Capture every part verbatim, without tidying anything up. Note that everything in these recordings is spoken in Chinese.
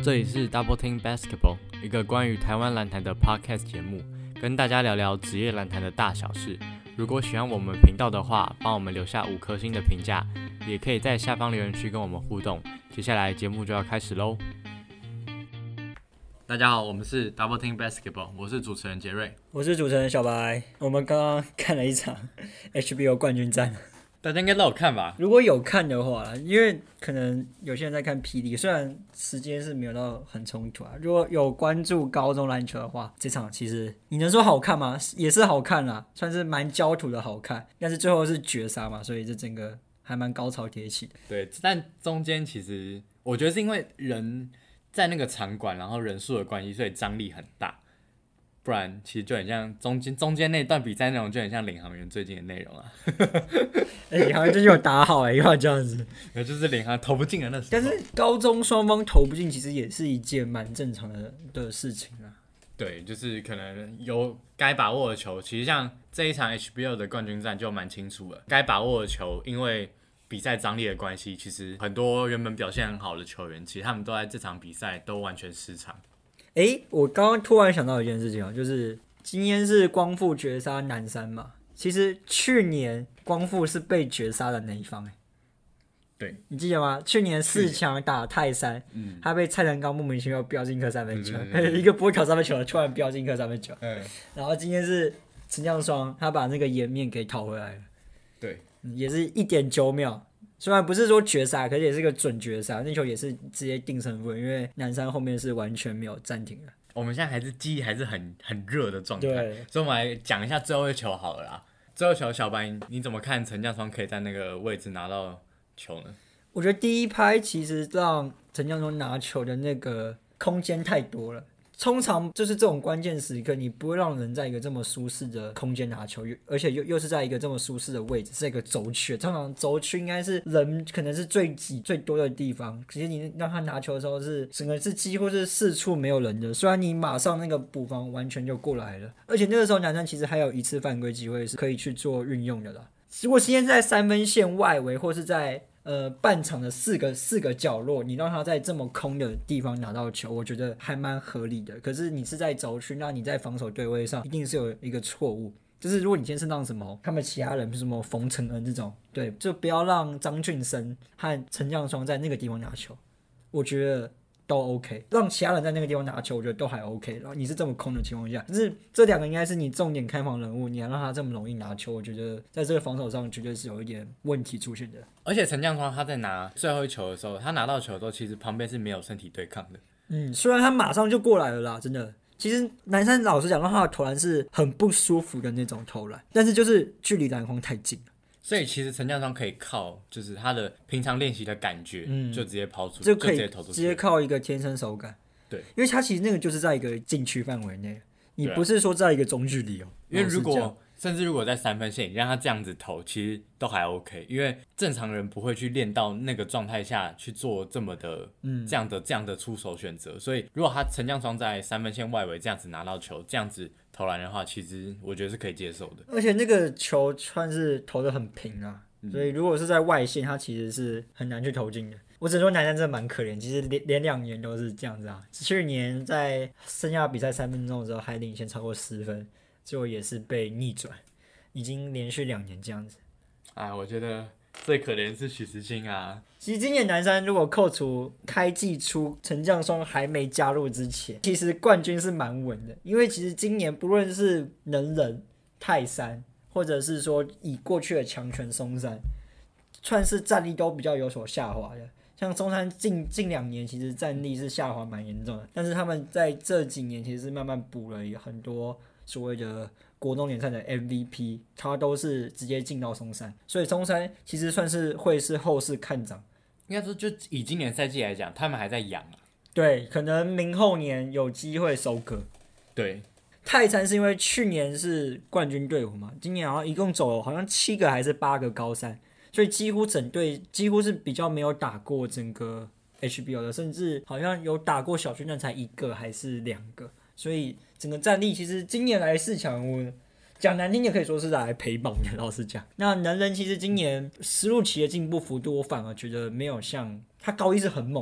这里是 Double Team Basketball， 一个关于台湾篮坛的 podcast 节目，跟大家聊聊职业篮坛的大小事。如果喜欢我们频道的话，帮我们留下五颗星的评价，也可以在下方留言区跟我们互动。接下来节目就要开始喽。大家好，我们是 Double Team Basketball， 我是主持人杰瑞， 我是主持人小白。我们刚刚看了一场 H B O 冠军战， 大家应该都有看吧？ 如果有看的话，因为可能有些人在看霹雳，虽然时间是没有到很冲突啊。如果有关注高中篮球的话，这场其实你能说好看吗？也是好看啦，算是蛮焦土的好看。但是最后是绝杀嘛，所以这整个还蛮高潮迭起的。 对，但中间其实我觉得是因为人在那个场馆，然后人数的关系，所以张力很大。不然其实就很像中间中间那段比赛内容，就很像领航员最近的内容啊。 哎、欸，领航员最近有打好哎、欸，要这样子。 就是领航投不进的那时候。 但是高中双方投不进，其实也是一件蛮正常的的事情啊。 对，就是可能有该把握的球，其实像这一场 H B O 的冠军战就蛮清楚了。该把握的球，因为比赛张力的关系，其实很多原本表现很好的球员，其实他们都在这场比赛都完全失常。 哎，我刚刚突然想到一件事情啊，就是今天是光复绝杀南山嘛，其实去年光复是被绝杀的那一方。 对， 你记得吗？去年四强打泰山，嗯、他被蔡成刚莫名其妙飙进一颗三分球，一个不会投三分球的突然飙进一颗三分球。嗯、然后今天是陈将双，他把那个颜面给讨回来了。 对， 嗯、也是一点九秒。虽然不是说绝杀，可是也是个准绝杀，那球也是直接定胜负，因为南山后面是完全没有暂停的。 我们现在还是记忆还是很很热的状态，所以我们来讲一下最后一球好了啦。最后一球，小白你怎么看陈将双可以在那个位置拿到球呢？ 我觉得第一拍其实让陈将双拿球的那个空间太多了。通常就是这种关键时刻，你不会让人在一个这么舒适的空间拿球，而且 又, 又是在一个这么舒适的位置，是一个轴区。通常轴区应该是人可能是最挤最多的地方，可是你让他拿球的时候是整个是几乎是四处没有人的。虽然你马上那个补防完全就过来了，而且那个时候南山其实还有一次犯规机会是可以去做运用的啦。如果今天在三分线外围或是在呃，半场的四个四个角落，你让他在这么空的地方拿到球，我觉得还蛮合理的。可是你是在轴区，那你在防守对位上一定是有一个错误。就是如果你今天是让什么他们其他人，什么冯承恩这种，对，就不要让张俊生和陈将双在那个地方拿球，我觉得都 OK。让其他人在那个地方拿球，我觉得都还 OK。然后你是这么空的情况下，可是这两个应该是你重点开防人物，你要让他这么容易拿球，我觉得在这个防守上绝对是有一点问题出现的。 而且陈将双他在拿最后一球的时候，他拿到球的时候，其实旁边是没有身体对抗的。 嗯，虽然他马上就过来了啦，真的。其实南山老实讲，让他的投篮是很不舒服的那种投篮，但是就是距离篮筐太近了。 所以其实陈将双可以靠就是他的平常练习的感觉，嗯、就直接抛出， 就可以就直接投出去， 直接靠一个天生手感。 对， 因为他其实那个就是在一个禁区范围内，你不是说在一个中距离哦。 因为如果甚至如果在三分线，你让他这样子投，其实都还 OK。因为正常人不会去练到那个状态下去做这么的、嗯、这样的这样的出手选择。所以如果他陈将双在三分线外围这样子拿到球，这样子投篮的话，其实我觉得是可以接受的。 而且那个球算是投得很平啊，嗯、所以如果是在外线，他其实是很难去投进的。我只能说南山真的蛮可怜，其实 连, 连两年都是这样子啊。去年在剩下比赛三分钟的时候还领先超过十分，最后也是被逆转，已经连续两年这样子。 哎，我觉得最可怜是许时清啊。 其实今年南山如果扣除开季初陈将双还没加入之前，其实冠军是蛮稳的，因为其实今年不论是能人、泰山，或者是说以过去的强权松山，算是战力都比较有所下滑的。像中山近近两年其实战力是下滑蛮严重的，但是他们在这几年其实是慢慢补了很多所谓的国中联赛的 M V P， 他都是直接进到松山，所以松山其实算是会是后市看涨。 应该说，就以今年赛季来讲，他们还在养啊。 对，可能明后年有机会收割。 对， 泰山是因为去年是冠军队伍嘛，今年好像一共走了好像七个还是八个高三。所以几乎整队几乎是比较没有打过整个 H B O 的，甚至好像有打过小巨蛋才一个还是两个，所以整个战力其实今年来四强，我讲难听也可以说是来陪榜的。老实讲，那能人其实今年思路期的进步幅度，我反而觉得没有像他高一是很猛的，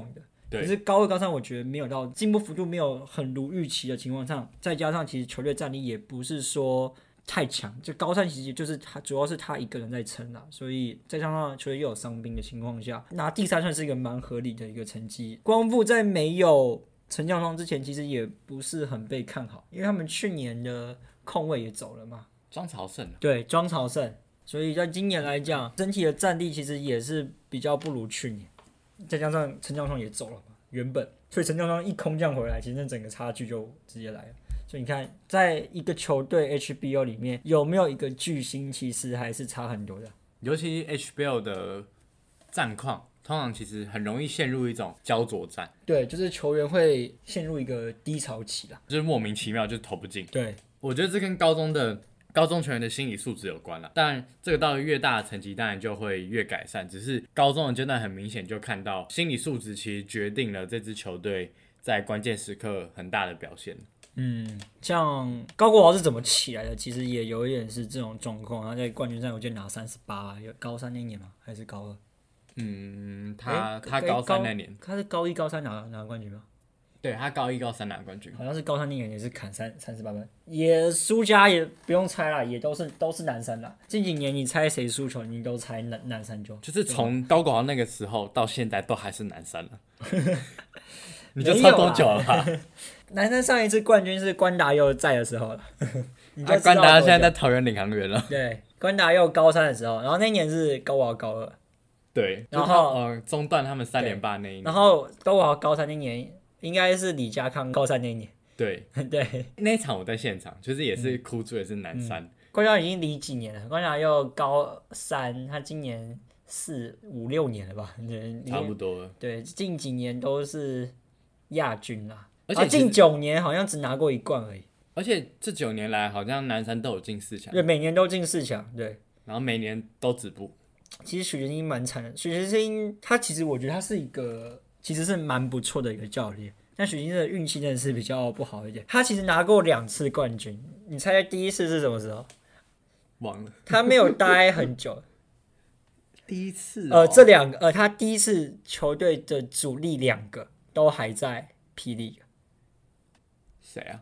可是高二高三我觉得没有到进步幅度没有很如预期的情况下，再加上其实球队战力也不是说太强，就高三其实就是他主要是他一个人在撑啦，所以再加上球队又有伤兵的情况下，拿第三算是一个蛮合理的一个成绩。光复在没有陈江双之前其实也不是很被看好，因为他们去年的控卫也走了嘛， 庄朝胜对，庄朝胜，所以在今年来讲整体的战力其实也是比较不如去年，再加上陈江双也走了嘛，原本所以陈江双一空降回来，其实那整个差距就直接来了。所以你看在一个球队 H B O 里面有没有一个巨星其实还是差很多的， 尤其 H B O 的战况通常其实很容易陷入一种焦灼战， 对，就是球员会陷入一个低潮期啦， 就是莫名其妙就投不进。 对， 我觉得这跟高中的高中球员的心理素质有关啦。当然，这个到了越大的层级，当然就会越改善。只是高中的阶段很明显就看到，心理素质其实决定了这支球队在关键时刻很大的表现。 嗯，像高国豪是怎么起来的？其实也有一点是这种状况。他在冠军赛我记得拿三十八，有高三那年吗？还是高二？ 嗯，他、 欸、 他高三那年， 他是高一高三拿拿冠军吗？ 对，他高一高三拿冠军， 好像是高三那年也是砍三三十八分，也输家也不用猜啦，也都是都是南山啦。近几年你猜谁输球，你都猜南南山就就是从高国豪那个时候到现在都还是南山了，你就猜多久了吧？ 南山上一次冠军是关达佑在的时候了， 啊，关达现在在桃园领航员了。 对，关达佑高三的时候，然后那年是高国豪高二。 对， 然后呃中断他们三连霸那一年， 然后高国豪高三那年应该是李家康高三那一年。 对对， 那一场我在现场，就是也是哭出也是南山。嗯、 关达已经离几年了？关达佑高三，他今年四五六年了吧？ 差不多了。 对，近几年都是亚军啦， 而且近九年好像只拿过一冠而已。 而且这九年来，好像南山都有进四强， 对，每年都进四强，对， 然后每年都止步。 其实许全英蛮惨的，许全英他其实我觉得他是一个其实是蛮不错的一个教练，但许全英的运气真的是比较不好一点。他其实拿过两次冠军，你猜第一次是什么时候？ 忘了， 他没有待很久。 第一次、 哦，呃，这两个，呃，他第一次球队的主力两个都还在霹雳。 谁啊？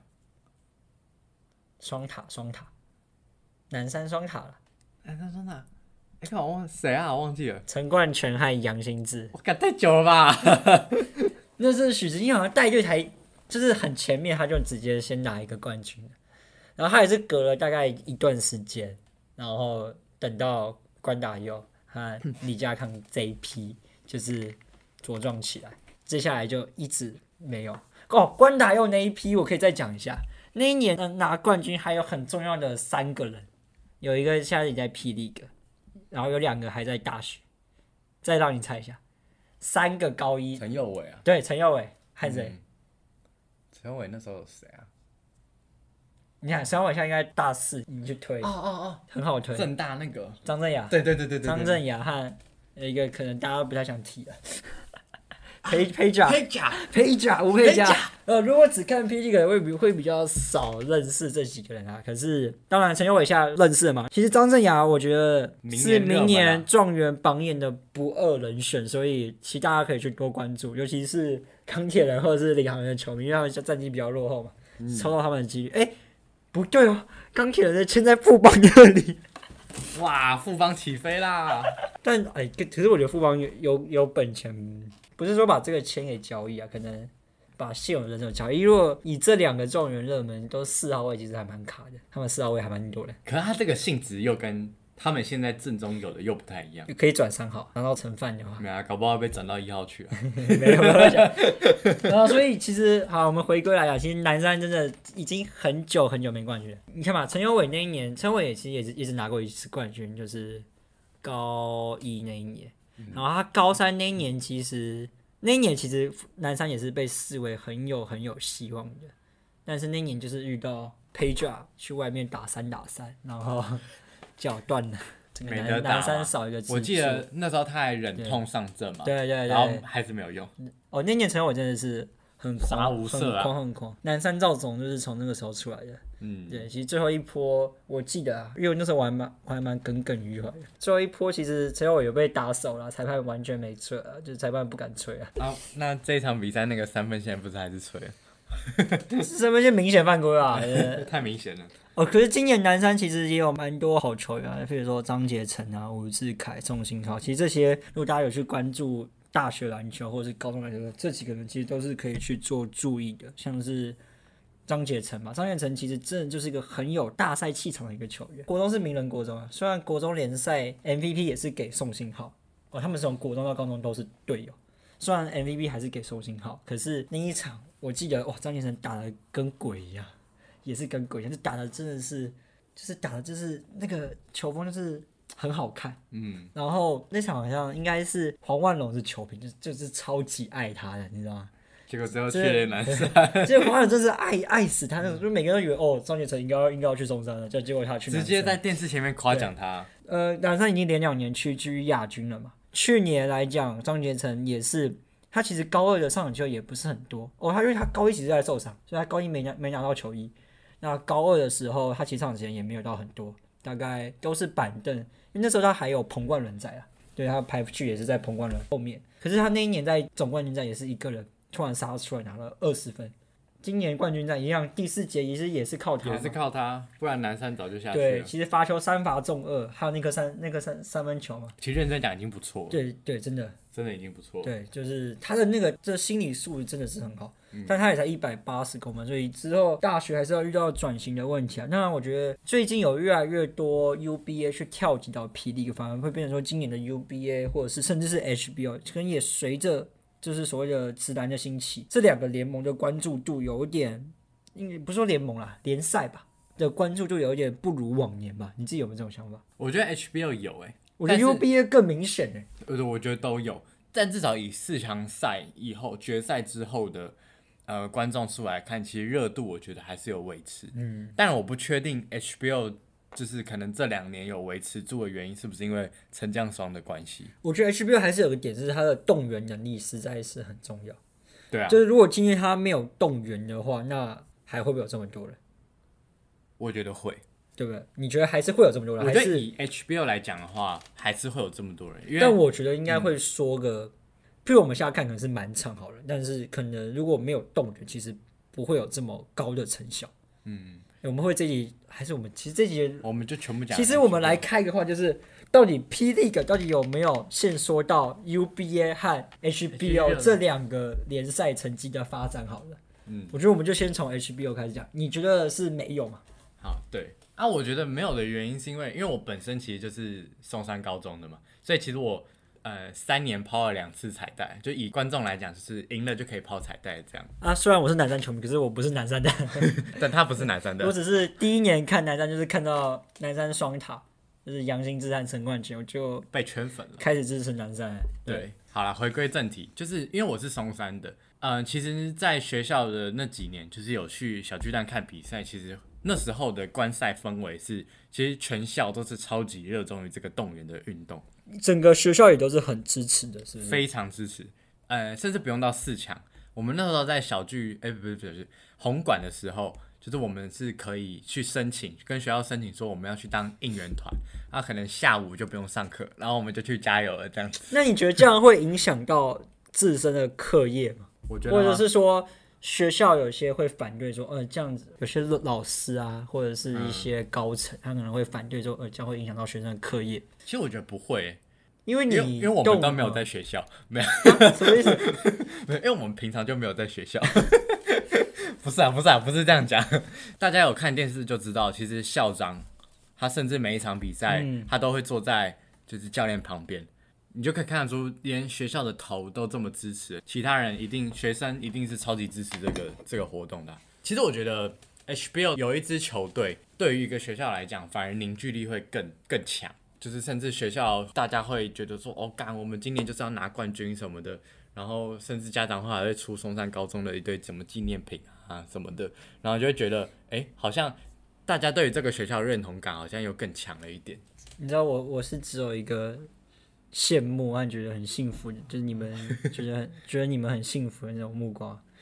双塔，双塔，南山双塔了。 南山双塔。哎、欸，看我忘谁啊？我忘记了。 陈冠全和杨新志。 我干太久了吧？ 那是许直英好像带队才就是很前面，他就直接先拿一个冠军，然后他也是隔了大概一段时间，然后等到关达佑和李家康这一批就是茁壮起来，接下来就一直没有。哦，关达佑那一批我可以再讲一下，那一年拿冠军还有很重要的三个人，有一个现在也在霹雳个。然后有两个还在大学，再让你猜一下，三个高一。 陈佑伟啊， 对，陈佑伟还是谁？ 嗯、陈佑伟那时候有谁啊？ 你看陈佑伟现在应该大四，你去推。 哦哦哦， 很好推。 政大那个张镇雅。 对对对对对。 张镇雅和一个可能大家不太想提的。裴裴甲， 裴甲， 裴甲，吴裴甲。呃，如果只看 P G 可能会比会比较少认识这几个人啊。可是当然陈友伟现在认识了嘛。其实张镇雅我觉得是明年状元榜眼的不二人选，所以其实大家可以去多关注，尤其是钢铁人或者是领航员的球迷，因为他们战绩比较落后嘛，嗯、抽到他们的几率。哎，不对哦，钢铁人的签在富邦那里。 哇，富邦起飞啦！ 但哎，可是我觉得富邦有有有本钱。不是说把这个签给交易啊，可能把现有的人手交易。如果以这两个状元热门都四号位，其实还蛮卡的，他们四号位还蛮多的。 可是他这个性质又跟他们现在正中有的又不太一样， 可以转三号，拿到盛饭的话， 没啊，搞不好被转到一号去了。 没有没有讲。然后所以其实好，我们回归来啊，其实南山真的已经很久很久没冠军了。你看嘛，陈友伟那一年，陈友伟其实也是也是拿过一次冠军，就是高一那一年。然后他高三那一年，其实那一年其实南山也是被视为很有很有希望的，但是那一年就是遇到 Pedra 去外面打三打三，然后脚断了，整个南南山少一个支柱。 我记得那时候他还忍痛上阵嘛， 对对对， 然后还是没有用。 哦，那年陈伟真的是很杀狂， 无赦啊很狂很狂。南山赵总就是从那个时候出来的。 嗯， 对，其实最后一波我记得啊，因为那时候我还蛮我还蛮耿耿于怀的。最后一波其实陈友伟有被打手了，裁判完全没吹啊，就是裁判不敢吹啊。 啊，那这一场比赛那个三分线不是还是吹了？ 三分线明显犯规啊！ 太明显了。 哦，可是今年南山其实也有蛮多好球员、啊，比如说张杰成啊、吴志凯、宋新浩，其实这些如果大家有去关注大学篮球或者是高中篮球，这几个人其实都是可以去做注意的，像是。张杰成嘛，张杰成其实真的就是一个很有大赛气场的一个球员。国中是名人国中啊，虽然国中联赛 M V P 也是给宋新浩，哦，他们从国中到高中都是队友。虽然 M V P 还是给宋新浩，可是那一场我记得哇，张杰成打的跟鬼一样，也是跟鬼一样，就打的真的是，就是打的就是那个球风就是很好看。嗯，然后那场好像应该是黄万龙是球评，就就是超级爱他的，你知道吗？ 结果最后去了南山， 结果黄远真是爱爱死他，就每个人都以为哦，张杰成应该应该要去中山了，就结果他去南山直接在电视前面夸奖他。 呃，南山已经连两年屈居亚军了嘛。去年来讲，张杰成也是，他其实高二的上场机会也不是很多哦，他因为他高一其实在受伤，所以他高一没拿没拿到球衣。那高二的时候，他其实上场时间也没有到很多，大概都是板凳，因为那时候他还有彭冠伦在啊，对他排序也是在彭冠伦后面。可是他那一年在总冠军战也是一个人。突然杀出来拿了二十分，今年冠军战一样，第四节其实也是靠他， 也是靠他，不然南山早就下去了。 对，其实罚球三罚中二，还有那个三那个三三分球嘛， 其实认真讲已经不错了。 对对，真的真的已经不错了。 对，就是他的那个这心理素质真的是很好，嗯、但他也才一百八十公分，所以之后大学还是要遇到转型的问题啊。那我觉得最近有越来越多 U B A 去跳级到 P League，反而会变成说今年的 U B A 或者是甚至是 H B O， 可能也随着。就是所谓的直男的兴起，这两个联盟的关注度有点，不是说联盟啦，联赛吧的关注度有点不如往年吧？你自己有没有这种想法？ 我觉得 H B O 有哎、欸， 我觉得 U B A 更明显哎、 欸。我觉得都有，但至少以四强赛以后、决赛之后的呃观众数来看，其实热度我觉得还是有维持。嗯，但我不确定 H B O。就是可能这两年有维持住的原因，是不是因为陈将双的关系？ 我觉得 H B O 还是有个点，就是他的动员能力实在是很重要。 对啊， 就是如果今天他没有动员的话，那还会不会有这么多人？ 我觉得会， 对不对？你觉得还是会有这么多人？ 我觉得以 H B O 来讲的话，还是会有这么多人。因为但我觉得应该会说个，嗯、譬如我们现在看可能是满场好人，但是可能如果没有动员，其实不会有这么高的成效。嗯。我们会这集还是我们其实这集我们就全部讲。 其实我们来开个话，就是到底 P League 到底有没有限缩到 U B A 和 H B O 这两个联赛成绩的发展好了。嗯，我觉得我们就先从 H B O 开始讲。你觉得是没有吗？ 好，对啊，我觉得没有的原因是因为因为我本身其实就是松山高中的嘛，所以其实我。呃，三年抛了两次彩带，就以观众来讲，就是赢了就可以抛彩带这样。 啊，虽然我是南山球迷，可是我不是南山的， 但他不是南山的。 我只是第一年看南山，就是看到南山双塔，就是杨兴志和陈冠群，我就被圈粉了， 开始支持南山。 对，对好了，回归正题，就是因为我是松山的，嗯、呃，其实在学校的那几年，就是有去小巨蛋看比赛，其实那时候的观赛氛围是，其实全校都是超级热衷于这个动员的运动。 整个学校也都是很支持的，是不是？ 非常支持，呃，甚至不用到四强。我们那时候在小巨，哎、欸，不是不是红馆的时候，就是我们是可以去申请，跟学校申请说我们要去当应援团，那、啊、可能下午就不用上课，然后我们就去加油了这样子。 那你觉得这样会影响到自身的课业吗？ 我觉得， 或者是说学校有些会反对说，呃，这样子，有些老师啊，或者是一些高层，嗯、他可能会反对说，呃，这样会影响到学生的课业。 其实我觉得不会、欸。 因为你因为我们都没有在学校，没有、 啊、什么意思？ 没有，因为我们平常就没有在学校。不是啊，不是啊，不是这样讲。大家有看电视就知道，其实校长他甚至每一场比赛，嗯、他都会坐在就是教练旁边，你就可以看得出，连学校的头都这么支持，其他人一定学生一定是超级支持这个这个活动的、啊。其实我觉得 H B O 有一支球队，对于一个学校来讲，反而凝聚力会更更强。就是甚至学校大家会觉得说，哦干，我们今年就是要拿冠军什么的，然后甚至家长会还会出松山高中的一堆什么纪念品啊什么的，然后就会觉得，哎，好像大家对于这个学校的认同感好像又更强了一点。 你知道我我是只有一个羡慕和觉得很幸福，就是你们觉得觉得你们很幸福的那种目光。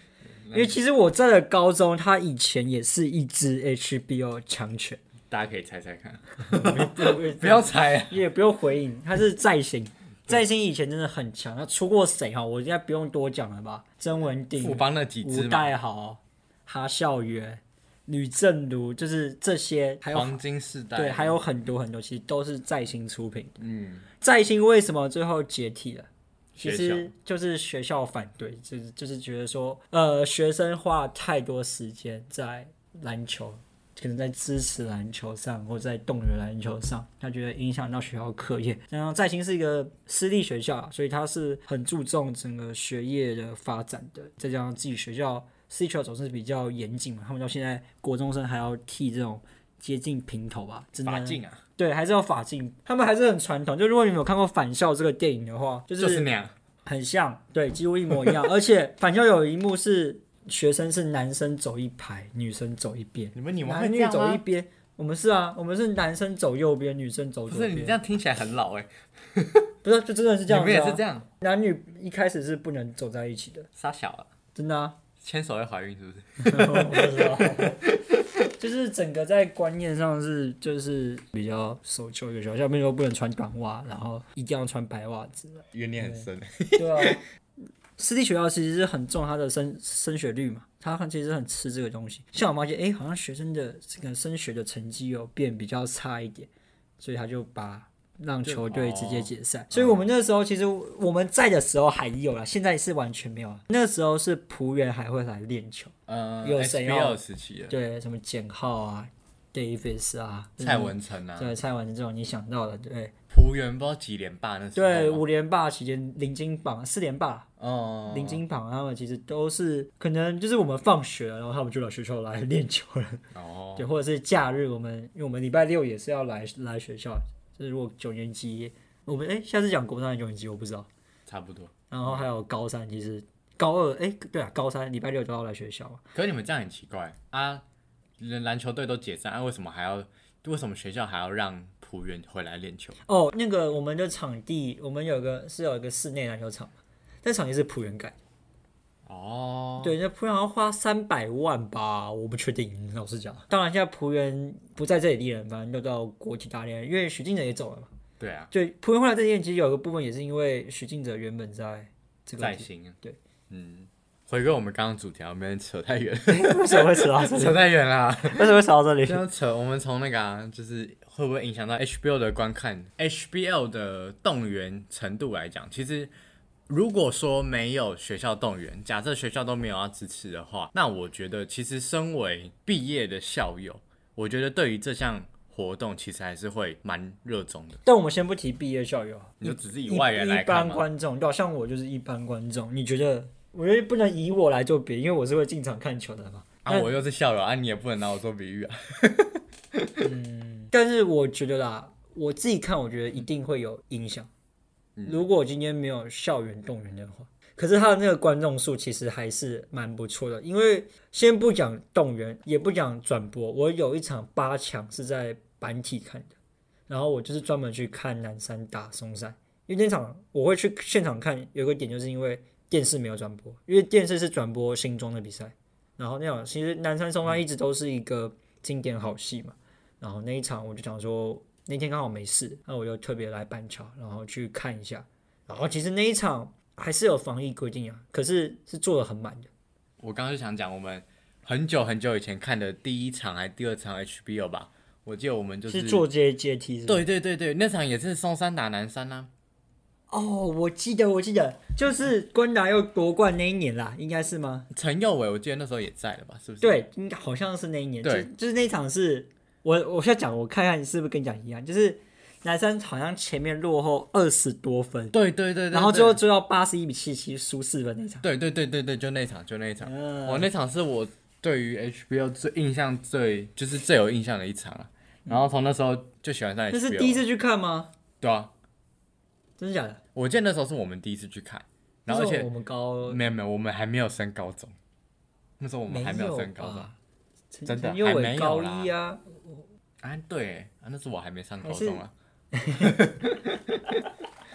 因为其实我在的高中，它以前也是一支 H B O 强权。 大家可以猜猜看， 不不要猜、啊， 也不用回应，它是在星。在星以前真的很强，他出过谁哈？我应该不用多讲了吧？曾文鼎、 富邦那几支吴岱豪、哈孝元、吕正如，就是这些，还有黄金世代， 对，还有很多很多，其实都是在星出品的。 嗯， 在星为什么最后解体了？其学实就是学校反对，就是就是觉得说，呃，学生花太多时间在篮球，可能在支持篮球上，或者在动员篮球上，他觉得影响到学校课业。然后在新是一个私立学校，所以他是很注重整个学业的发展的。再加上自己学校私立学校总是比较严谨嘛，他们到现在国中生还要剃这种接近平头吧，真的法镜啊， 对，还是要发镜，他们还是很传统。就如果你们有看过《返校》这个电影的话，就是就是那样， 很像，对，几乎一模一样。而且《返校》有一幕是学生是男生走一排，女生走一边， 你们你们会男女这样吗？ 走一边。我们是啊，我们是男生走右边，女生走不是左边。 你这样听起来很老哎、 不是，就真的是这样、啊。 你们也是这样， 男女一开始是不能走在一起的， 傻小了， 真的啊。 牵手会怀孕是不是？ 我不知道，就是整个在观念上是就是比较守旧一个学校，下面都不能穿短袜，然后一定要穿白袜子。 怨念很深。 对啊，私立学校其实是很重它的升升学率嘛，它其实很吃这个东西。像我发现，哎，好像学生的这个升学的成绩有变比较差一点，所以他就把。让球队直接解散，所以我们那时候其实我们在的时候还有啦，现在是完全没有了。那个时候是璞园还会来练球， 嗯， 有谁要 H B O 时期的， 对，什么简浩啊、Davis 啊、 蔡文成啊， 对，蔡文成这种你想到的，对， 璞园不知道几连霸那时候， 对，五连霸期间，零金榜、四连霸， 哦， 零金榜，他们其实都是可能就是我们放学了，然后他们就来学校来练球了， 哦， 对，或者是假日我们，因为我们礼拜六也是要来来学校。就是如果九年级，我们哎，下次讲国三的九年级我不知道， 差不多。 然后还有高三，其实高二哎，对啊，高三礼拜六都要来学校嘛。 可是你们这样很奇怪啊，篮球队都解散，啊，为什么还要？为什么学校还要让璞园回来练球？ 哦，那个我们的场地，我们有个是有一个室内篮球场，但场地是璞园改的。 哦， 对，那璞园好像花三百万吧，我不确定，老实讲。当然，现在璞园不在这里练，反正就到国体大练，因为许晋哲也走了嘛。 对啊， 对，璞园后来这里练，其实有一个部分也是因为许晋哲原本在这个在新， 对， 嗯。回归我们刚刚主题，我们扯太远， 为什么会扯到这里？ 扯太远啦！ 为什么会扯到这里？ 这样扯，我们从那个啊，就是会不会影响到 H B O 的观看 ？H B O 的动员程度来讲，其实如果说没有学校动员，假设学校都没有要支持的话，那我觉得其实身为毕业的校友，我觉得对于这项活动其实还是会蛮热衷的。 但我们先不提毕业校友， 你就只是以外人来看一般观众，对、啊，像我就是一般观众，你觉得？我觉得不能以我来做比喻，因为我是会进场看球的嘛。 啊，我又是校友啊，你也不能拿我做比喻啊。 嗯，但是我觉得啦，我自己看，我觉得一定会有影响。嗯、如果今天没有校园动员的话，可是他的那个观众数其实还是蛮不错的。因为先不讲动员，也不讲转播，我有一场八强是在板体看的，然后我就是专门去看南山打松山，因为那场我会去现场看，有个点就是因为。电视没有转播，因为电视是转播新庄的比赛。然后那场其实南山松山一直都是一个经典好戏嘛。然后那一场我就想说，那天刚好没事，那我就特别来板桥，然后去看一下。然后其实那一场还是有防疫规定啊，可是是做的很满的。 我刚刚就想讲，我们很久很久以前看的第一场还第二场 H B O 吧，我记得我们就是是坐阶阶梯是不是，对对对对，那场也是松山打南山啊。 哦，我记得，我记得，就是关达又夺冠那一年啦，应该是吗？ 陈佑伟，我记得那时候也在了吧？是不是？ 对，应该好像是那一年。 对， 就, 就是那一场是我我现在讲，我看看是不是跟你讲一样，就是南山好像前面落后二十多分， 对对 对, 对, 对， 然后最后追到八十一比七十七，输四分那场。 对对对对对，就那场，就那一场。 嗯、 我那场是我对于 H B O 最印象最就是最有印象的一场啊。然后从那时候就喜欢上 H B O。 那是第一次去看吗？ 对啊。 真的假的？ 我记得那时候是我们第一次去看，然后而且我们高没有没有，我们还没有升高中，那时候我们还没有升高中，真的还没有高一啊！ 啊，对啊，那时候我还没上高中啊。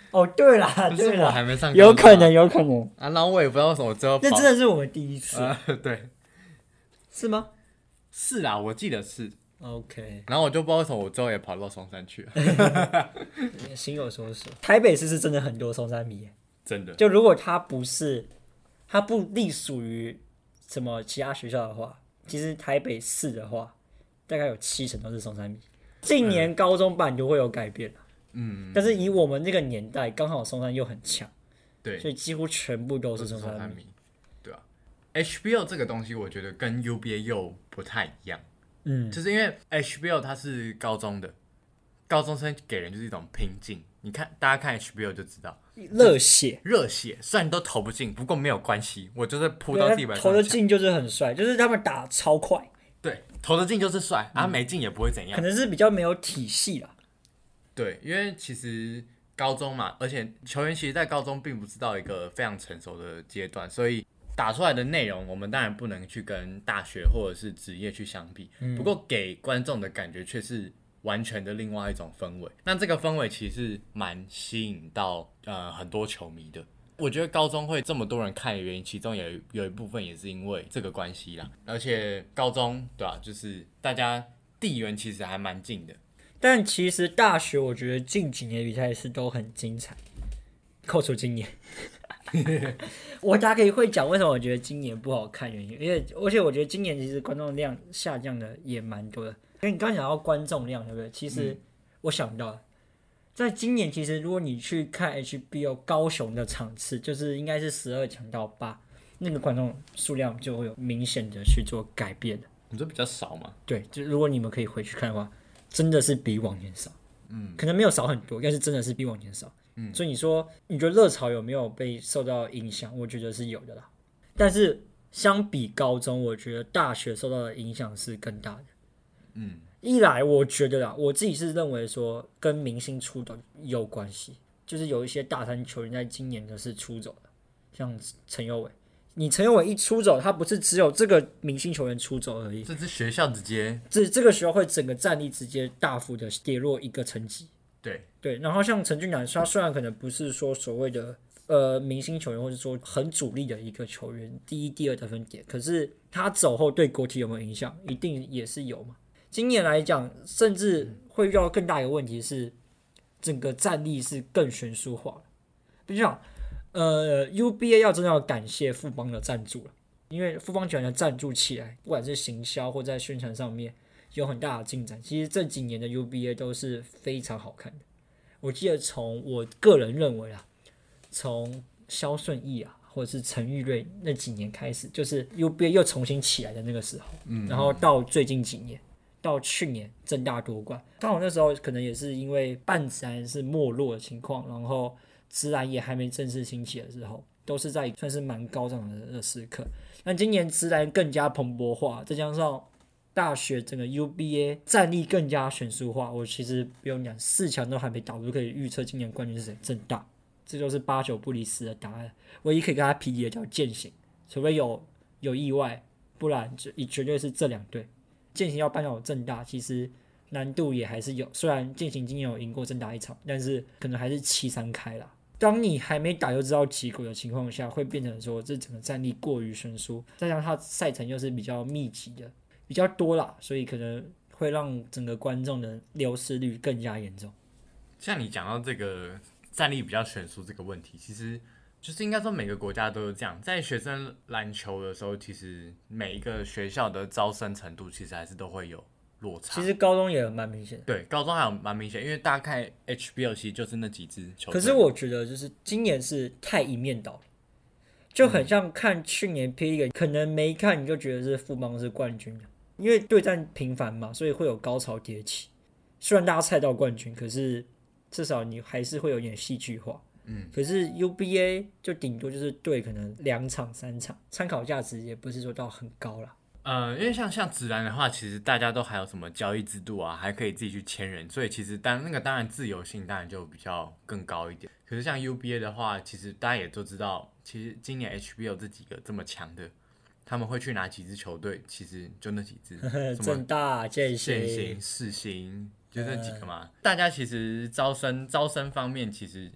哦，对啦， 可是对啦， 我还没上高中啊， 有可能，有可能。 啊，然后我也不知道为什么最后跑那真的是我们第一次， 啊，对， 是吗是啦，我记得是。 ？OK， 然后我就不知道为什么我最后也跑到松山去了。 心有所属。台北市是真的很多松山迷耶， 真的。 就如果它不是，它不隶属于什么其他学校的话，其实台北市的话，大概有七成都是松山迷。近年高中版就会有改变， 嗯， 但是以我们这个年代，刚好松山又很强， 对， 所以几乎全部都是松松山迷。 迷，对啊。H B O 这个东西，我觉得跟 U B A 又不太一样， 嗯， 就是因为 H B O 它是高中的，高中生给人就是一种拼劲。你看，大家看 H B O 就知道， 热血， 热血，虽然都投不进，不过没有关系，我就是扑到地板上投的进就是很帅，就是他们打超快， 对，投得进就是帅，啊没进也不会怎样。 可能是比较没有体系啦。 对，因为其实高中嘛，而且球员其实在高中并不是到一个非常成熟的阶段，所以打出来的内容，我们当然不能去跟大学或者是职业去相比。嗯、不过给观众的感觉却是完全的另外一种氛围。那这个氛围其实蛮吸引到呃很多球迷的。我觉得高中会这么多人看的原因，其中有一有一部分也是因为这个关系啦。而且高中对吧、啊，就是大家地缘其实还蛮近的。 但其实大学我觉得近几年比赛是都很精彩，扣除今年。我大概会讲为什么我觉得今年不好看原因，因为而且我觉得今年其实观众量下降的也蛮多的。因为你刚刚讲到观众量，对不对？其实我想到了，在今年其实如果你去看 H B O 高雄的场次，就是应该是十二强到八，那个观众数量就会有明显的去做改变的。 你说比较少吗？ 对，就如果你们可以回去看的话，真的是比往年少。嗯，可能没有少很多，但是真的是比往年少。嗯，所以你说，你觉得热潮有没有被受到影响？我觉得是有的啦。但是相比高中，我觉得大学受到的影响是更大的。嗯，一来我觉得啦，我自己是认为说跟明星出走有关系，就是有一些大三球员在今年的是出走了，像陈友伟。你陈友伟一出走，他不是只有这个明星球员出走而已， 这是学校直接这这个学校会整个战力直接大幅的跌落一个层级。 对对，然后像陈俊南，他虽然可能不是说所谓的呃明星球员，或者说很主力的一个球员，第一、第二得分点，可是他走后对国体有没有影响？一定也是有嘛。今年来讲，甚至会遇到更大一个问题是，整个战力是更悬殊化了。比如讲，呃 ，U B A 要真的要感谢富邦的赞助了，因为富邦球员的赞助起来，不管是行销或在宣传上面有很大的进展。其实这几年的 U B A 都是非常好看的。我记得从我个人认为啊，从萧顺义啊，或者是陈玉瑞那几年开始，就是 U B A 又重新起来的那个时候，嗯、然后到最近几年。到去年政大夺冠，刚好那时候可能也是因为半自然是没落的情况，然后自然也还没正式兴起的时候，都是在算是蛮高涨的时刻。但今年自然更加蓬勃化，再加上大学整个 U B A 战力更加悬殊化，我其实不用讲，四强都还没打，我就可以预测今年冠军是谁，政大，这就是八九不离十的答案。唯一可以跟他匹敌的叫践行，除非有有意外，不然绝对是这两队。践行要扳倒政大，其实难度也还是有。虽然践行今年有赢过政大一场，但是可能还是七三开啦。当你还没打就知道结果的情况下，会变成说这整个战力过于悬殊，再加上它赛程又是比较密集的，比较多啦，所以可能会让整个观众的流失率更加严重。 像你讲到这个战力比较悬殊这个问题，其实。就是应该说每个国家都是这样，在学生篮球的时候，其实每一个学校的招生程度其实还是都会有落差。 其实高中也蛮明显的， 对，高中还有蛮明显，因为大家看 H B O 其实就是那几支球队。 可是我觉得就是今年是太一面倒了，就很像看去年霹雳，可能没看你就觉得是富邦是冠军的，因为对战频繁嘛，所以会有高潮迭起。虽然大家猜到冠军，可是至少你还是会有点戏剧化。嗯，可是 U B A 就顶多就是对可能两场三场，参考价值也不是说到很高啦。 呃，因为像像职篮的话，其实大家都还有什么交易制度啊，还可以自己去签人，所以其实当那个当然自由性当然就比较更高一点。可是像 U B A 的话，其实大家也都知道，其实今年 H B O 这几个这么强的，他们会去哪几支球队？其实就那几支， 政大、践行、 世新，就那几个嘛。大家其实招生招生方面，其实。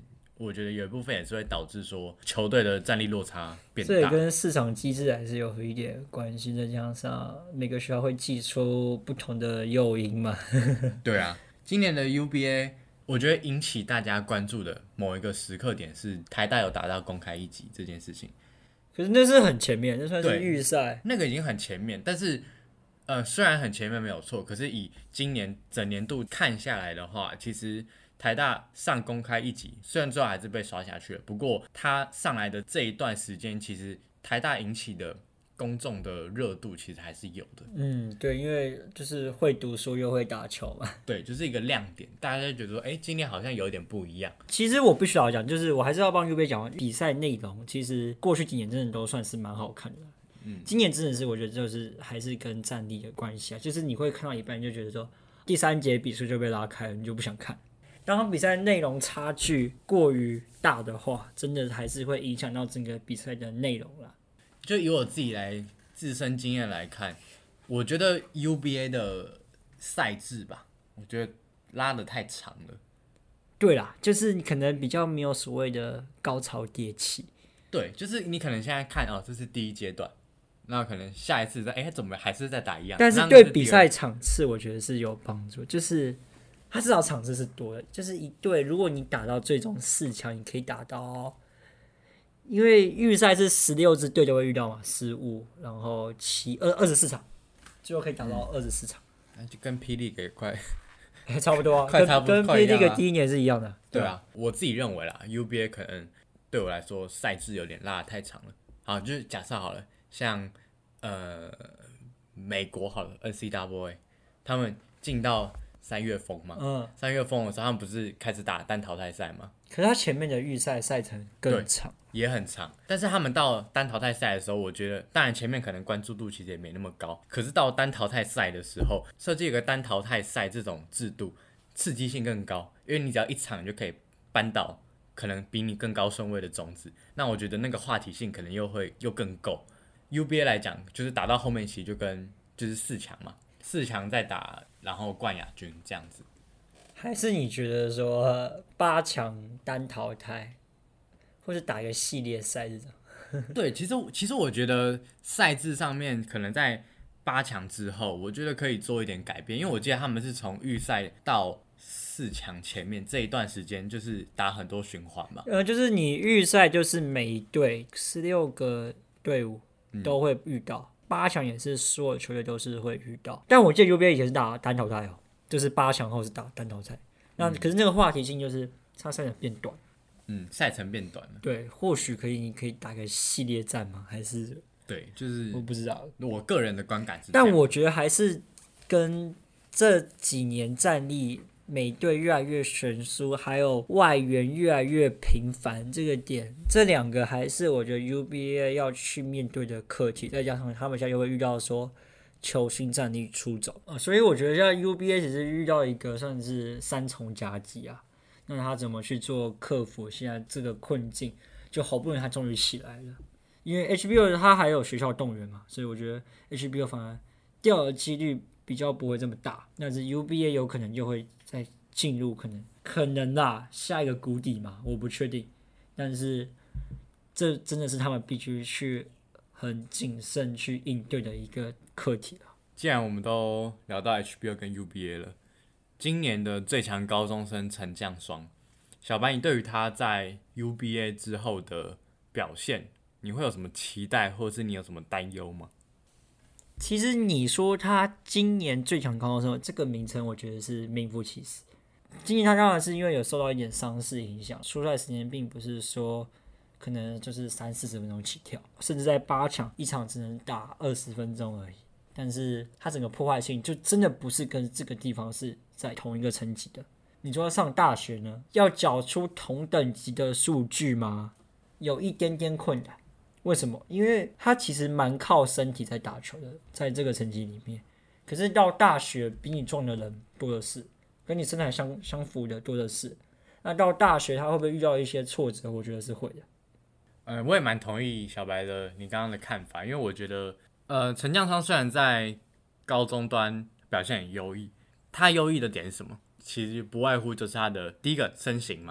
我觉得有一部分也是会导致说球队的战力落差变大。 这也跟市场机制还是有一点关系，再加上每个学校会寄出不同的诱因嘛。 对啊，今年的 U B A 我觉得引起大家关注的某一个时刻点是台大有打到公开一级这件事情。 可是那是很前面，那算是预赛， 那个已经很前面，但是呃虽然很前面没有错，可是以今年整年度看下来的话，其实台大上公开一级，虽然最后还是被刷下去了，不过他上来的这一段时间，其实台大引起的公众的热度其实还是有的。 嗯，对，因为就是会读书又会打球嘛。 对，就是一个亮点，大家就觉得说，哎，今年好像有点不一样。 其实我必须要讲，就是我还是要帮 U B A 讲比赛内容，其实过去几年真的都算是蛮好看的。嗯，今年真的是我觉得就是还是跟战力的关系啊，就是你会看到一半就觉得说，第三节比数就被拉开了，你就不想看。当比赛内容差距过于大的话，真的还是会影响到整个比赛的内容啦。 就以我自己来自身经验来看，我觉得 U B A 的赛制吧，我觉得拉得太长了。 对啦，就是你可能比较没有所谓的高潮迭起。 对，就是你可能现在看哦，这是第一阶段，那可能下一次再哎怎么还是在打一样？ 但是对比赛场次，我觉得是有帮助，就是它至少场次是多的，就是一队如果你打到最终四强，你可以打到。因为预赛是十六支队就会遇到嘛，十五，然后七二二十四场，最后可以打到二十四场， 那、嗯、就跟霹雳给快， 差不多啊， 快差不多跟霹雳的第一年是一样的。 对啊，我自己认为啦 ，U B A 可能对我来说赛制有点拉得太长了。好，就是假设好了，像呃美国好了 ，N C A A 他们进到三月风嘛，嗯，三月风的时候他们不是开始打单淘汰赛吗？ 可是他前面的预赛赛程更长， 也很长。但是他们到单淘汰赛的时候，我觉得当然前面可能关注度其实也没那么高，可是到单淘汰赛的时候，设计一个单淘汰赛这种制度，刺激性更高，因为你只要一场就可以扳倒可能比你更高顺位的种子，那我觉得那个话题性可能又会又更够。U B A 来讲，就是打到后面其实就跟就是四强嘛，四强再打，然后冠亚军这样子。 还是你觉得说八强单淘汰，或是打一个系列赛这种？ 对，其实其实我觉得赛制上面可能在八强之后，我觉得可以做一点改变，因为我记得他们是从预赛到四强前面这一段时间，就是打很多循环嘛。 呃，就是你预赛就是每一队十六个队伍都会遇到，八、嗯、强也是所有球队都是会遇到。但我记得 U B A 以前是打单淘汰哦。就是八强后是打单淘汰，那可是那个话题性就是它赛程变短， 嗯，赛程变短了。 对，或许可以，你可以打个系列战吗？还是对，就是我不知道， 我个人的观感是这样。但我觉得还是跟这几年战力美队越来越悬殊，还有外援越来越频繁这个点，这两个还是我觉得 U B A 要去面对的课题，再加上他们现在又会遇到说。球星战力出走、呃、所以我觉得现在 U B A 只是遇到一个算是三重夹击啊，那他怎么去做克服现在这个困境？就好不容易他终于起来了，因为 H B O 他还有学校动员嘛，所以我觉得 H B O 反而掉的几率比较不会这么大，但是 U B A 有可能就会再进入可能可能啦下一个谷底嘛，我不确定，但是这真的是他们必须去很谨慎去应对的一个课题了。 既然我们都聊到 H B O 跟 U B A 了，今年的最强高中生陈将双，小白，你对于他在 U B A 之后的表现，你会有什么期待，或者是你有什么担忧吗？ 其实你说他今年最强高中生这个名称，我觉得是名副其实。今年他当然是因为有受到一点伤势影响，出赛时间并不是说可能就是三四十分钟起跳，甚至在八强一场只能打二十分钟而已。但是他整个破坏性就真的不是跟这个地方是在同一个层级的。你说上大学呢，要缴出同等级的数据吗？有一点点困难。为什么？因为他其实蛮靠身体在打球的，在这个成绩里面。可是到大学，比你壮的人多的是，跟你身材相相符的多的是。那到大学，他会不会遇到一些挫折？我觉得是会的。 呃，我也蛮同意小白的你刚刚的看法，因为我觉得，呃，陈将双虽然在高中端表现很优异，他优异的点是什么？其实不外乎就是他的第一个身形嘛，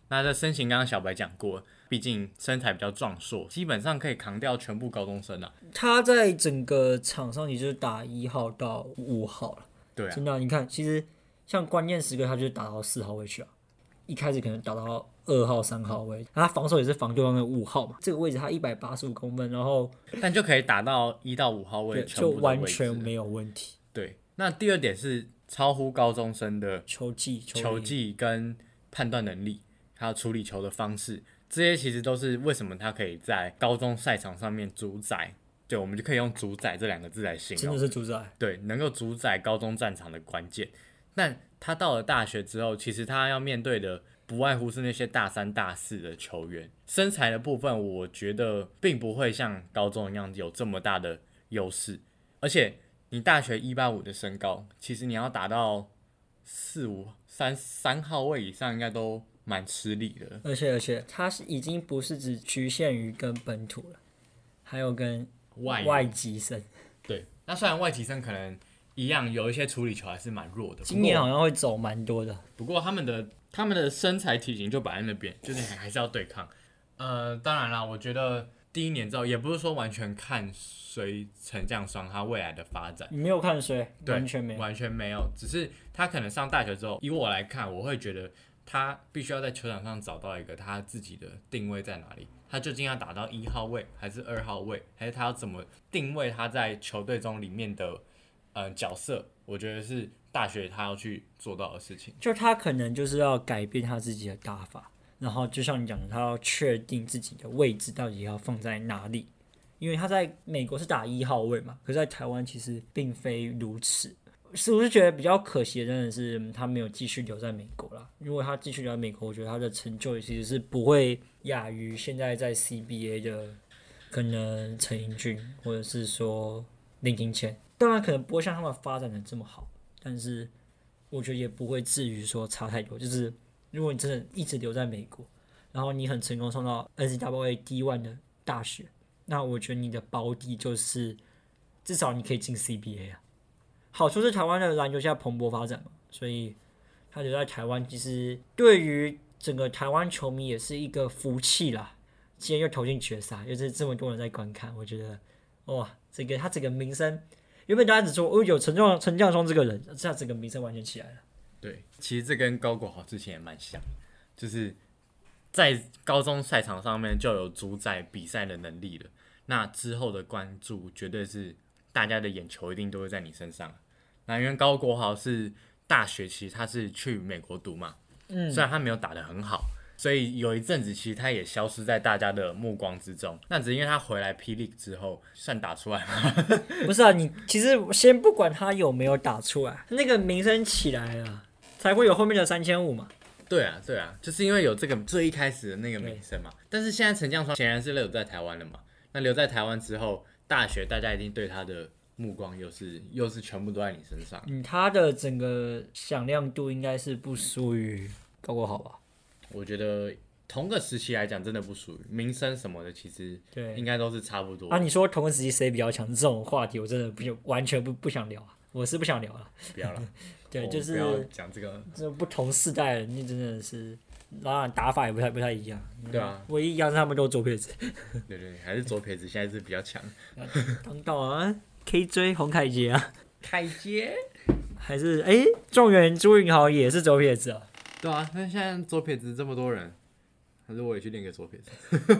那这身形刚刚小白讲过，毕竟身材比较壮硕，基本上可以扛掉全部高中生啊。 他在整个场上也就是打一号到五号了。 对啊， 真的啊、你看，其实像关键时刻他就是打到四号位去啊，一开始可能打到二号、三号位，他防守也是防对方的五号嘛，这个位置他一百八十五公分，然后但就可以打到一到五号位， 就完全没有问题。 对，那第二点是超乎高中生的球技、 球技跟判断能力，还有处理球的方式，这些其实都是为什么他可以在高中赛场上面主宰。对，我们就可以用主宰这两个字来形容， 真的是主宰。 对，能够主宰高中战场的关键。但他到了大学之后，其实他要面对的不外乎是那些大三、大四的球员，身材的部分，我觉得并不会像高中一样有这么大的优势。而且你大学一八五的身高，其实你要打到四五三三号位以上，应该都蛮吃力的。 而且而且，他是已经不是只局限于跟本土了，还有跟外外籍生。 对，那虽然外籍生可能一样有一些处理球还是蛮弱的， 今年好像会走蛮多的。 不过他们的他们的身材体型就摆在那边，就是还是要对抗。呃，当然啦，我觉得第一年之后也不是说完全看随陈将双他未来的发展。 你没有看谁？完全没有， 完全没有。只是他可能上大学之后，以我来看，我会觉得他必须要在球场上找到一个他自己的定位在哪里。他究竟要打到一号位，还是二号位，还是他要怎么定位他在球队中里面的呃角色？我觉得是大学他要去做到的事情。 就他可能就是要改变他自己的打法，然后就像你讲的，他要确定自己的位置到底要放在哪里。因为他在美国是打一号位嘛，可是在台湾其实并非如此。是我是觉得比较可惜的，真的是他没有继续留在美国啦。如果他继续留在美国，我觉得他的成就其实是不会亚于现在在 C B A 的可能陈英俊，或者是说林金谦。当然可能不会像他们发展的这么好，但是我觉得也不会至于说差太多。就是如果你真的一直留在美国，然后你很成功上到 N C double A D one 的大学，那我觉得你的保底就是至少你可以进 C B A 啊。好处是台湾的篮球现在蓬勃发展嘛，所以他留在台湾，其实对于整个台湾球迷也是一个福气啦。今天又投进决赛，又是这么多人在观看，我觉得哇，这个他整个名声，原本大家只说哦有陈将陈将双这个人，这样整个名声完全起来了。 对，其实这跟高国豪之前也蛮像，就是在高中赛场上面就有主宰比赛的能力了。那之后的关注绝对是大家的眼球一定都会在你身上。那因为高国豪是大学，其实他是去美国读嘛，嗯，虽然他没有打得很好，所以有一阵子其实他也消失在大家的目光之中。那只是因为他回来霹雳之后，算打出来吗？ 不是啊，你其实先不管他有没有打出来，那个名声起来了，才会有后面的三千五嘛。 对啊，对啊，就是因为有这个最一开始的那个名声嘛。但是现在陈将双显然是留在台湾了嘛。那留在台湾之后，大学大家一定对他的目光又是又是全部都在你身上。 嗯，他的整个响亮度应该是不输于高国豪吧？ 我觉得同个时期来讲，真的不输于名声什么的，其实应该都是差不多。 啊，你说同个时期谁比较强？这种话题我真的不完全不不想聊啊，我是不想聊了。 不要了， 对，就是不要讲这个。 这不同世代的人，你真的是，当然打法也不太不太一样。 对啊， 唯一一样是他们都左撇子。 对对，还是左撇子现在是比较强。 当道啊 ，K J 洪凯杰啊， 凯杰还是哎，状元朱云豪也是左撇子啊。 对啊，那现在左撇子这么多人，还是我也去练个左撇子。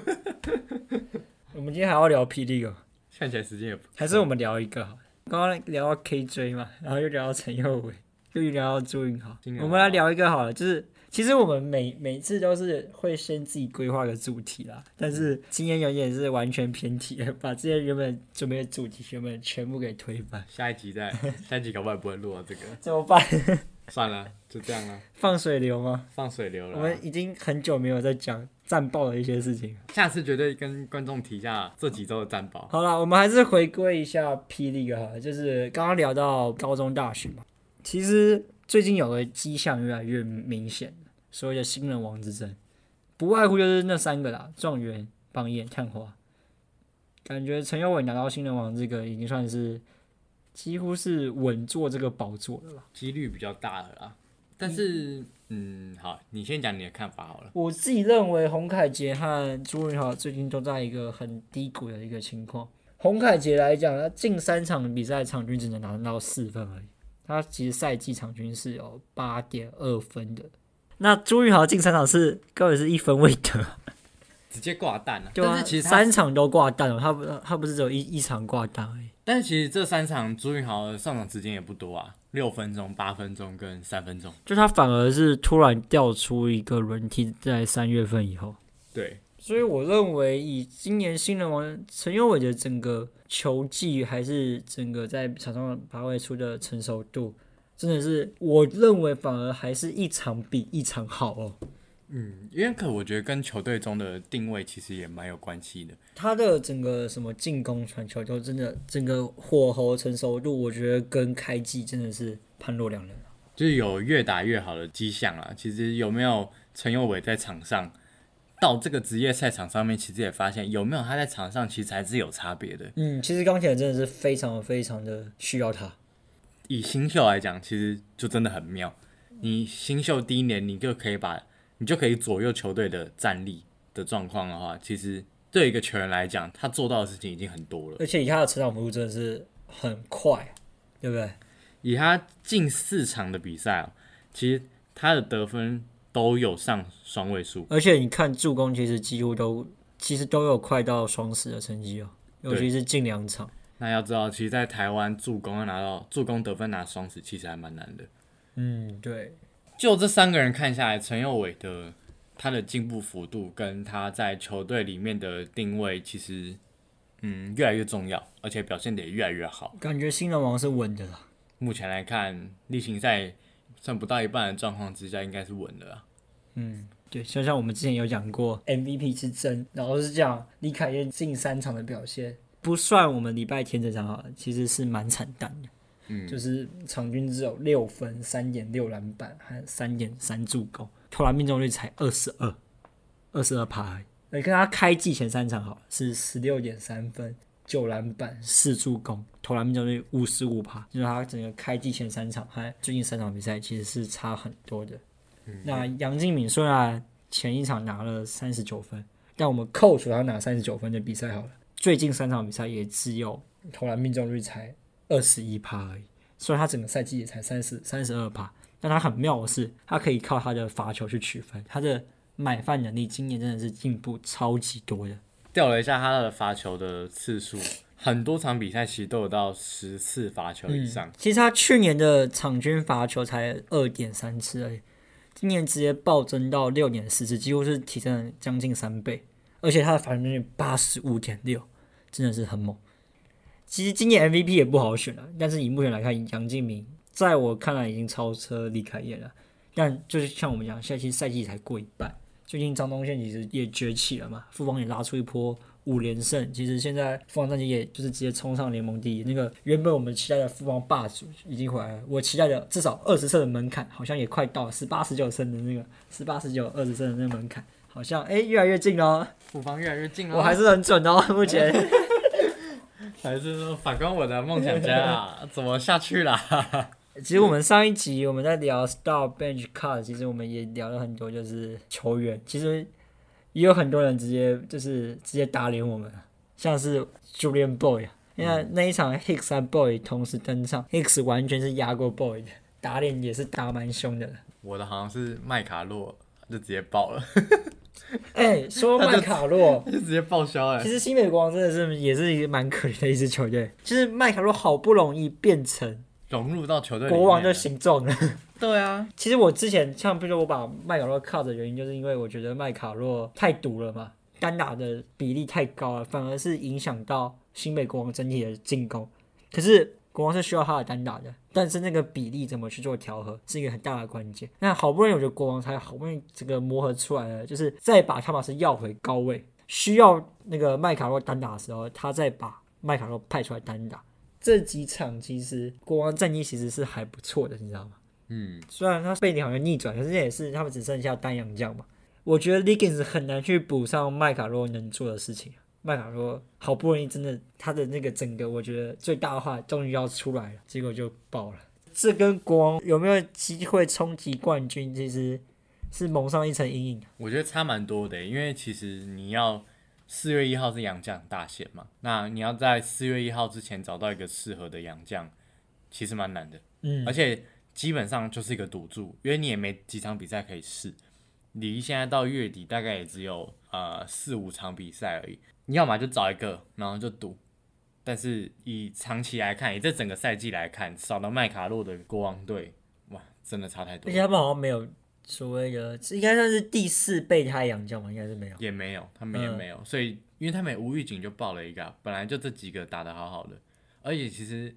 我们今天还要聊霹雳哦， 看起来时间也不， 还是我们聊一个好了。刚刚聊到 K J 嘛，然后又聊到陈佑伟，又聊到朱云豪，我们来聊一个好了，就是其实我们每每次都是会先自己规划个主题啦，但是今天有点是完全偏题了，把之前原本准备的主题原本全部给推翻。 下一集再，下一集搞不好也不会录到这个， 怎么办？ 算了，就这样了。 放水流吗？ 放水流了。 我们已经很久没有在讲战报的一些事情， 下次绝对跟观众提一下这几周的战报。 好啦，我们还是回归一下霹雳哈，就是刚刚聊到高中大学嘛，其实最近有个迹象越来越明显，所谓的新人王之争，不外乎就是那三个啦，状元、榜眼、探花。感觉陈佑伟拿到新人王这个已经算是几乎是稳坐这个宝座了啦， 几率比较大的啦。 但是，嗯，好，你先讲你的看法好了。 我自己认为洪凯杰和朱云豪最近都在一个很低谷的一个情况。洪凯杰来讲，他近三场比赛场均只能拿到四分而已，他其实赛季场均是有 八点二 分的。那朱云豪近三场是根本是一分未得， 直接挂蛋了。 对啊， 但是其实三场都挂蛋了，他不他不是只有一一场挂蛋而已。 但是其实这三场朱云豪的上场时间也不多啊，六分钟、八分钟跟三分钟。 就他反而是突然调出一个轮替，在三月份以后。 对， 所以我认为以今年新人王陈佑伟的整个球技，还是整个在场上发挥出的成熟度，真的是我认为反而还是一场比一场好哦。 嗯，因为可我觉得跟球队中的定位其实也蛮有关系的。 他的整个什么进攻、传球都真的整个火候成熟度，我觉得跟开季真的是判若两人。 就是有越打越好的迹象啦。其实有没有陈佑伟在场上，到这个职业赛场上面，其实也发现有没有他在场上，其实还是有差别的。 嗯，其实钢铁人真的是非常非常的需要他。 以新秀来讲，其实就真的很妙。你新秀第一年，你就可以把你就可以左右球队的战力的状况的话，其实对一个球员来讲，他做到的事情已经很多了。 而且以他的成长幅度真的是很快，对不对？ 以他近四场的比赛、哦，其实他的得分都有上双位数， 而且你看助攻，其实几乎都其实都有快到双十的成绩哦，尤其是近两场。 那要知道，其实，在台湾助攻要拿到助攻得分拿双十，其实还蛮难的。 嗯，对。 就这三个人看下来，陈佑伟的他的进步幅度跟他在球队里面的定位，其实嗯越来越重要，而且表现得也越来越好。 感觉新人王是稳的啦。 目前来看，例行赛剩不到一半的状况之下，应该是稳的啦。 嗯，对，就像我们之前有讲过 M V P 之争，然后是讲李凯燕近三场的表现，不算我们礼拜天这场好了，其实是蛮惨淡的。嗯，就是场均只有六分、三点六篮板和三点三助攻，投篮命中率才二十二，二十二趴。你看他开季前三场好了，是十六点三分、九篮板、四助攻，投篮命中率五十五趴，就是他整个开季前三场和最近三场比赛其实是差很多的。嗯、那杨敬敏虽然前一场拿了三十九分，但我们扣除他拿三十九分的比赛好了，最近三场比赛也只有投篮命中率才二十一趴而已，虽然他整个赛季也才三十三十二趴，但他很妙的是，他可以靠他的罚球去取分，他的买饭能力今年真的是进步超级多的。 调了一下他的罚球的次数，很多场比赛其实都有到十次罚球以上、 嗯。其实他去年的场均罚球才二点三次而已，今年直接暴增到六点四次，几乎是提升了将近三倍，而且他的罚球率八十五点六，真的是很猛。其实今年 M V P 也不好选了，但是以目前来看，杨敬敏在我看来已经超车李凯燕了。但就是像我们讲，现在其实赛季才过一半，最近张东宪其实也崛起了嘛，富邦也拉出一波五连胜，其实现在富邦战绩也就是直接冲上联盟第一。那个原本我们期待的富邦霸主已经回来了，我期待的至少二十胜的门槛好像也快到了，十八十九胜的那个十八十九二十胜的那个门槛，好像哎越来越近了， 富邦越来越近了， 我还是很准哦，目前。 还是说反观我的梦想家啊，怎么下去啦？ 其实我们上一集我们在聊 Star Bench Cut， 其实我们也聊了很多，就是球员，其实也有很多人直接就是直接打脸我们，像是 Julian Boy， 因为那一场 Hicks 和 Boy 同时登场 ，Hicks 完全是压过 Boy 的，打脸也是打蛮凶的。 我的好像是麦卡洛，就直接爆了。 哎、欸，说麦卡洛就直接报销哎。 其实新美国王真的是也是一个蛮可怜的一支球队，就是麦卡洛好不容易变成融入到球队里面国王的形状了。 对啊， 其实我之前像比如说我把麦卡洛靠的原因，就是因为我觉得麦卡洛太毒了嘛，单打的比例太高了，反而是影响到新美国王整体的进攻。可是国王是需要他的单打的，但是那个比例怎么去做调和是一个很大的关键。那好不容易我觉得国王才好不容易这个磨合出来了，就是再把汤马斯要回高位，需要那个麦卡洛单打的时候，他再把麦卡洛派出来单打。这几场其实国王战绩其实是还不错的，你知道吗？嗯，虽然他背景好像逆转，可是也是他们只剩下单阳将嘛。我觉得 Liggins 很难去补上麦卡洛能做的事情。麦卡洛好不容易真的他的那个整个我觉得最大化终于要出来了，结果就爆了。 这跟国王有没有机会冲击冠军，其实是蒙上一层阴影。 我觉得差蛮多的，因为其实你要四月一号是洋将大限嘛，那你要在四月一号之前找到一个适合的洋将，其实蛮难的。嗯，而且基本上就是一个赌注，因为你也没几场比赛可以试。离现在到月底大概也只有呃四五场比赛而已，你要么就找一个，然后就赌。但是以长期来看，以这整个赛季来看，少了麦卡洛的国王队，哇，真的差太多了。 而且他们好像没有所谓的，应该算是第四备胎洋将嘛，应该是没有， 也没有，他们也没有，嗯、所以因为他们无预警就爆了一个、啊，本来就这几个打得好好的，而且其实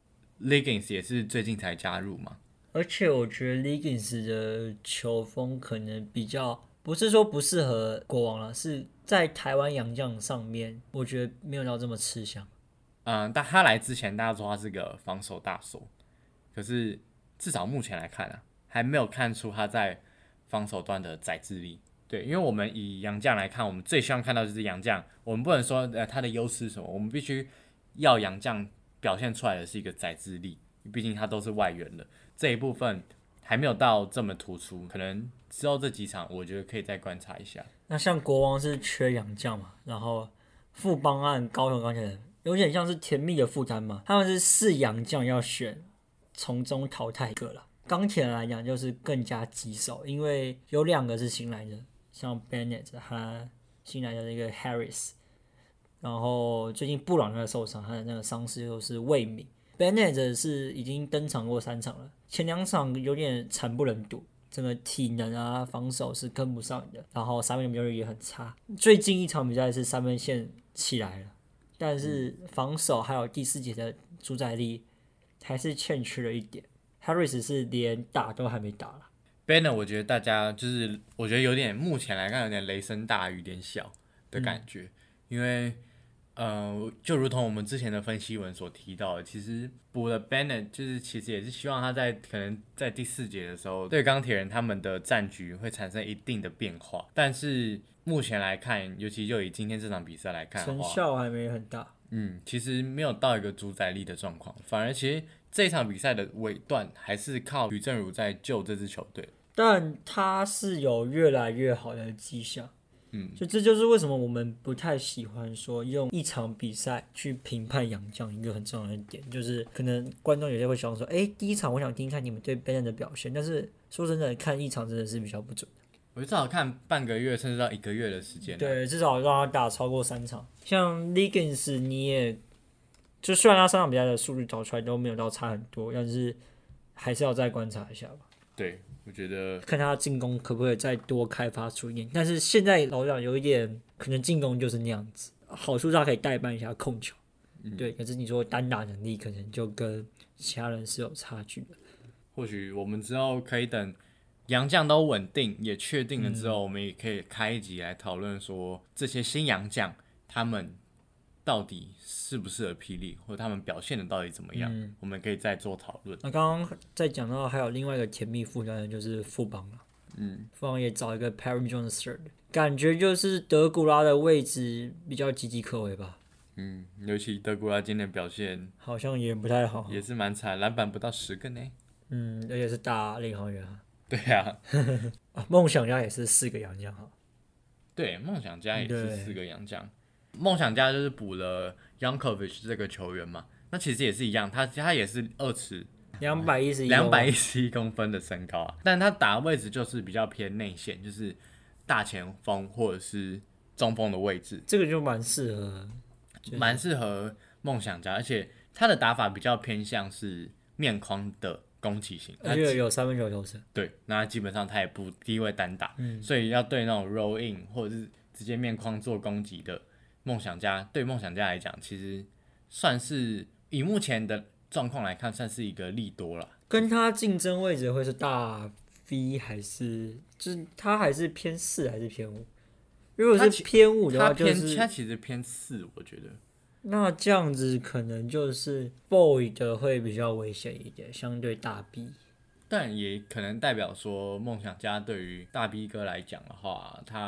Liggins 也是最近才加入嘛。 而且我觉得 Liggins 的球风可能比较，不是说不适合国王了，是在台湾洋将上面，我觉得没有到这么吃香。 嗯，但他来之前，大家说他是个防守大手，可是至少目前来看啊，还没有看出他在防守端的宰制力。对，因为我们以洋将来看，我们最希望看到就是洋将，我们不能说呃他的优势是什么，我们必须要洋将表现出来的是一个宰制力，毕竟他都是外援了，这一部分还没有到这么突出，可能之后这几场我觉得可以再观察一下。 那像国王是缺洋将嘛，然后富邦和高雄钢铁人有点像是甜蜜的负担嘛，他们是四洋将要选，从中淘汰一个了。钢铁人来讲就是更加棘手，因为有两个是新来的，像 Bennett 和新来的一个 Harris， 然后最近布朗那个受伤，他的那个伤势又是卫冕。Bennett 是已经登场过三场了，前两场有点惨不忍睹，整个体能啊防守是跟不上的，然后三分命中率也很差。最近一场比赛是三分线起来了，但是防守还有第四节的主宰力还是欠缺了一点。Harris 是连打都还没打了。 Banner 我觉得大家就是我觉得有点目前来看有点雷声大雨点小的感觉，嗯、因为呃就如同我们之前的分析文所提到的，其实补了 Banner 就是其实也是希望他在可能在第四节的时候对钢铁人他们的战局会产生一定的变化，但是目前来看，尤其就以今天这场比赛来看的话， 成效还没很大。 嗯，其实没有到一个主宰力的状况，反而其实这一场比赛的尾段还是靠吕正儒在救这支球队， 但他是有越来越好的迹象。嗯，所以这就是为什么我们不太喜欢说用一场比赛去评判洋将一个很重要的点，就是可能观众有些会想说，哎，第一场我想听看你们对 Banner 的表现，但是说真的，看一场真的是比较不准。 我至少看半个月甚至到一个月的时间、啊， 对，至少让他打超过三场。像 Liggins 你也，就虽然他三场比赛的数据找出来都没有到差很多，但是还是要再观察一下吧。 对，我觉得看他进攻可不可以再多开发出一点。但是现在老实讲有一点，可能进攻就是那样子，好处是他可以代办一下控球，嗯、对。可是你说单打能力可能就跟其他人是有差距的。 或许我们之后可以等洋将都稳定也确定了之后、嗯，我们也可以开一集来讨论说这些新洋将他们到底适不适合霹雳，或者他们表现的到底怎么样，嗯、我们可以再做讨论。 那刚刚在讲到还有另外一个甜蜜负担的就是富邦了，嗯，富邦也找一个 Perry Jones， 感觉就是德古拉的位置比较岌岌可危吧。 嗯，尤其德古拉今天的表现好像也不太好， 也是蛮惨，篮板不到十个呢。 嗯，而且是大领航员。 对啊， 梦想家也是四个洋将哈。 对，梦想家也是四个洋将。梦想家就是补了 Yankovic 这个球员嘛，那其实也是一样，他他也是二尺两百一十一两百一十一公分的身高啊，但他打的位置就是比较偏内线，就是大前锋或者是中锋的位置， 这个就蛮适合， 蛮适合梦想家，而且他的打法比较偏向是面框的攻击型， 而且有三分球投射。 对，那基本上他也不低位单打、嗯，所以要对那种 roll in 或者是直接面框做攻击的梦想家，对梦想家来讲，其实算是以目前的状况来看，算是一个利多了。 跟他竞争位置会是大 V 还是就是他还是偏四还是偏五？如果是偏五的话、就是， 他其实偏四，我觉得。 那这样子可能就是 Boy 的会比较危险一点，相对大 B， 但也可能代表说梦想家对于大 B 哥来讲的话，他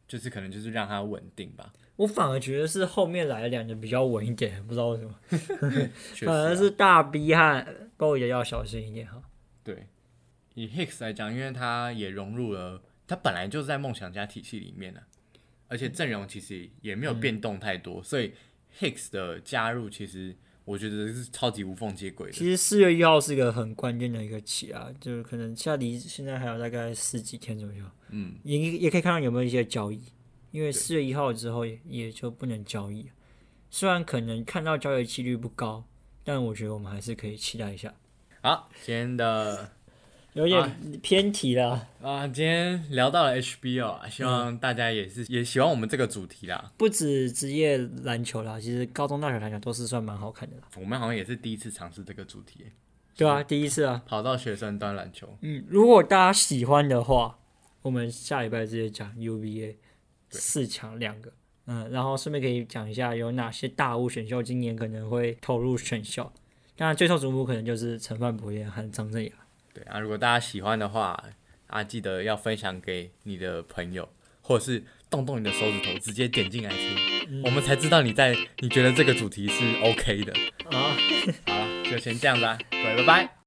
就是可能就是让它稳定吧。 我反而觉得是后面来的两个比较稳一点，不知道为什么， 反而是大 B 和 Boyd 要小心一点哈。 对，以 Hicks 来讲，因为他也融入了，他本来就是在梦想家体系里面的、啊，而且阵容其实也没有变动太多，嗯、所以 Hicks 的加入其实我觉得是超级无缝接轨的。 其实四月一号是一个很关键的一个期啊，就是可能下离现在还有大概十几天左右，嗯，也也可以看到有没有一些交易，因为四月一号之后 也, 也就不能交易，虽然可能看到交易几率不高，但我觉得我们还是可以期待一下。 好，今天的有点偏题了啊, 啊，今天聊到了 H B O 啊，希望大家也是、嗯、也喜欢我们这个主题啦。 不止职业篮球啦，其实高中、大学篮球都是算蛮好看的啦。 我们好像也是第一次尝试这个主题， 对啊，第一次啊， 跑到学生端篮球。 嗯，如果大家喜欢的话，我们下礼拜直接讲 U B A 四强两个，嗯，然后顺便可以讲一下有哪些大物选秀今年可能会投入选秀。当然，最受瞩目可能就是陈范博彦和张镇雅。 对啊，如果大家喜欢的话，啊，记得要分享给你的朋友，或者是动动你的手指头，直接点进来听、嗯，我们才知道你在你觉得这个主题是 OK 的。 好， 好了，就先这样子啦，各位，拜拜。